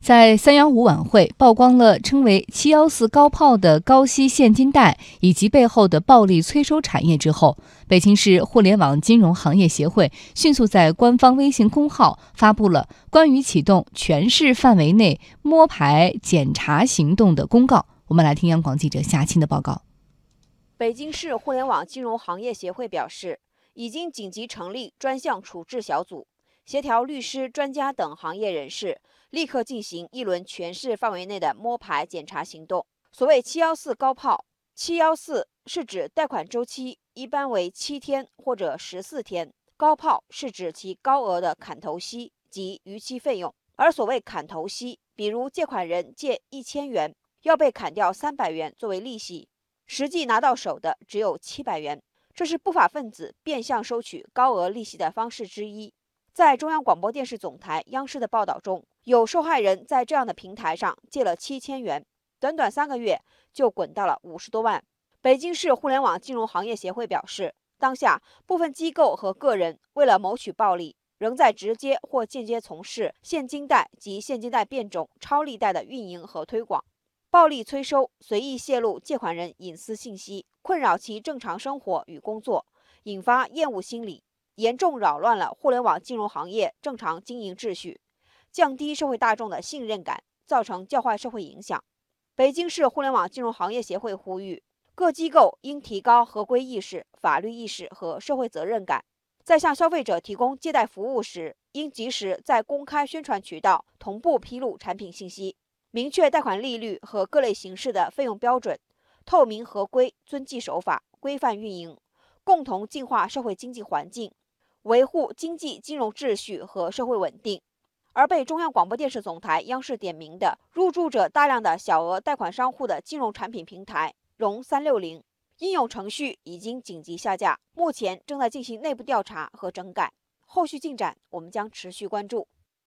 在315晚会曝光了称为714高炮的高息现金贷以及背后的暴力催收产业之后，北京市互联网金融行业协会迅速在官方微信公号发布了关于启动全市范围内摸排检查行动的公告。我们来听央广记者夏青的报告。 北京市互联网金融行业协会表示，已经紧急成立专项处置小组，协调律师、专家等行业人士，立刻进行一轮全市范围内的摸排检查行动。所谓714高炮，714是指贷款周期一般为7天或者14天，高炮是指其高额的砍头息及逾期费用。而所谓砍头息，比如借款人借1000元，要被砍掉300元作为利息，实际拿到手的只有700元，这是不法分子变相收取高额利息的方式之一。在中央广播电视总台央视的报道中，有受害人在这样的平台上借了7000元，短短3个月就滚到了50多万。北京市互联网金融行业协会表示，当下部分机构和个人为了谋取暴利，仍在直接或间接从事现金贷及现金贷变种、超利贷的运营和推广，暴力催收、随意泄露借款人隐私信息，困扰其正常生活与工作，引发厌恶心理，严重扰乱了互联网金融行业正常经营秩序，降低社会大众的信任感，造成较坏社会影响。北京市互联网金融行业协会呼吁，各机构应提高合规意识、法律意识和社会责任感，在向消费者提供借贷服务时，应及时在公开宣传渠道同步披露产品信息，明确贷款利率和各类形式的费用标准，透明合规，遵纪守法，规范运营，共同净化社会经济环境，维护经济金融秩序和社会稳定。而被中央广播电视总台央视点名的入驻者大量的小额贷款商户的金融产品平台融360，应用程序已经紧急下架，目前正在进行内部调查和整改，后续进展我们将持续关注。